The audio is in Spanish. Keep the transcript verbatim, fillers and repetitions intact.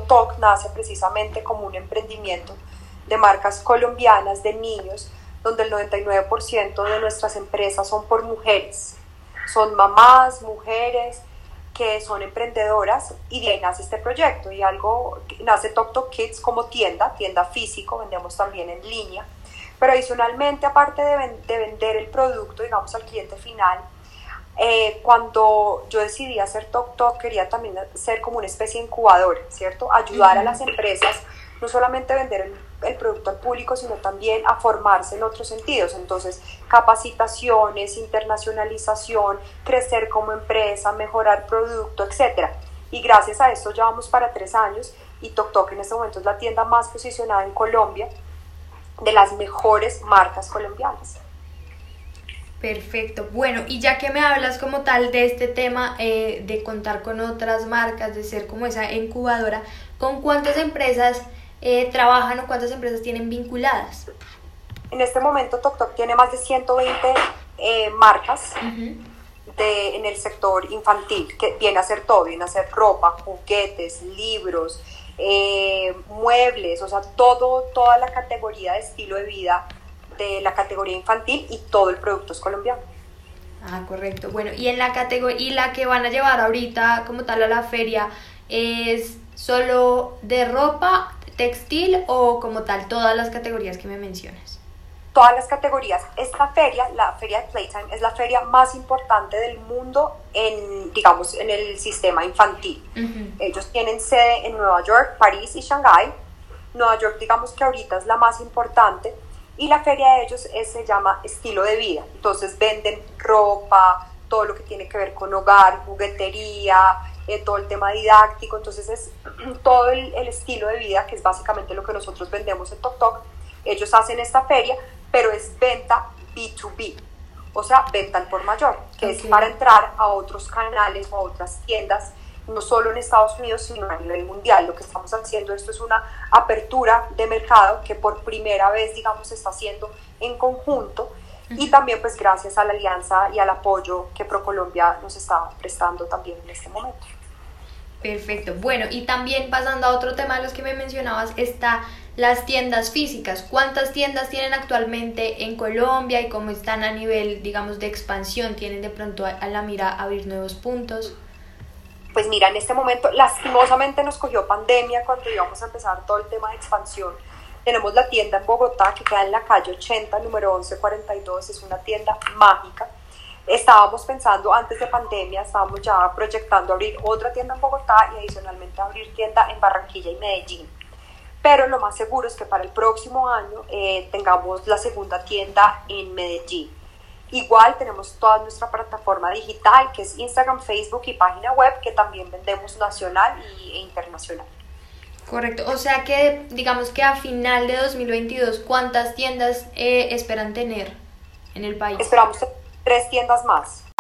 TokTok nace precisamente como un emprendimiento de marcas colombianas de niños, donde el noventa y nueve por ciento de nuestras empresas son por mujeres. Son mamás, mujeres que son emprendedoras, y de ahí nace este proyecto. Y algo, nace TokTok Kids como tienda, tienda físico, vendemos también en línea. Pero adicionalmente, aparte de, ven, de vender el producto, digamos, al cliente final, eh, cuando yo decidí hacer TokTok, quería también ser como una especie de incubadora, ¿cierto? Ayudar a las empresas, no solamente vender el, el producto al público, sino también a formarse en otros sentidos. Entonces, capacitaciones, internacionalización, crecer como empresa, mejorar producto, etcétera. Y gracias a esto ya vamos para tres años, y TokTok en este momento es la tienda más posicionada en Colombia, de las mejores marcas colombianas. Perfecto. Bueno, y ya que me hablas como tal de este tema eh, de contar con otras marcas, de ser como esa incubadora, ¿con cuántas empresas eh, trabajan o cuántas empresas tienen vinculadas? En este momento TokTok tiene más de ciento veinte eh, marcas uh-huh. de, en el sector infantil, que viene a ser todo, viene a ser ropa, juguetes, libros, eh, muebles, o sea, todo, toda la categoría de estilo de vida de la categoría infantil, y todo el producto es colombiano. Ah, correcto. Bueno, y en la categoría, y la que van a llevar ahorita como tal a la feria, ¿es solo de ropa, textil, o como tal todas las categorías que me mencionas? Todas las categorías. Esta feria, la feria de Playtime, es la feria más importante del mundo en, digamos, en el sistema infantil. Uh-huh. Ellos tienen sede en Nueva York, París y Shanghái. Nueva York, digamos que ahorita es la más importante, y la feria de ellos es, se llama estilo de vida. Entonces venden ropa, todo lo que tiene que ver con hogar, juguetería, eh, todo el tema didáctico. Entonces es todo el, el estilo de vida, que es básicamente lo que nosotros vendemos en TokTok. Ellos hacen esta feria, pero es venta B dos B, o sea, venta al por mayor, que okay. es para entrar a otros canales o a otras tiendas, no solo en Estados Unidos, sino a nivel mundial. Lo que estamos haciendo, esto es una apertura de mercado que por primera vez, digamos, se está haciendo en conjunto, uh-huh. y también pues gracias a la alianza y al apoyo que ProColombia nos está prestando también en este momento. Perfecto. Bueno, y también pasando a otro tema de los que me mencionabas, está las tiendas físicas. ¿Cuántas tiendas tienen actualmente en Colombia y cómo están a nivel, digamos, de expansión? ¿Tienen de pronto a, a la mira abrir nuevos puntos? Pues mira, en este momento lastimosamente nos cogió pandemia cuando íbamos a empezar todo el tema de expansión. Tenemos la tienda en Bogotá, que queda en la calle ochenta, número once cuarenta y dos, es una tienda mágica. Estábamos pensando antes de pandemia, estábamos ya proyectando abrir otra tienda en Bogotá y adicionalmente abrir tienda en Barranquilla y Medellín. Pero lo más seguro es que para el próximo año eh, tengamos la segunda tienda en Medellín. Igual tenemos toda nuestra plataforma digital, que es Instagram, Facebook y página web, que también vendemos nacional y, e internacional. Correcto, o sea que digamos que a final de dos mil veintidós, ¿cuántas tiendas eh, esperan tener en el país? Esperamos tres tiendas más.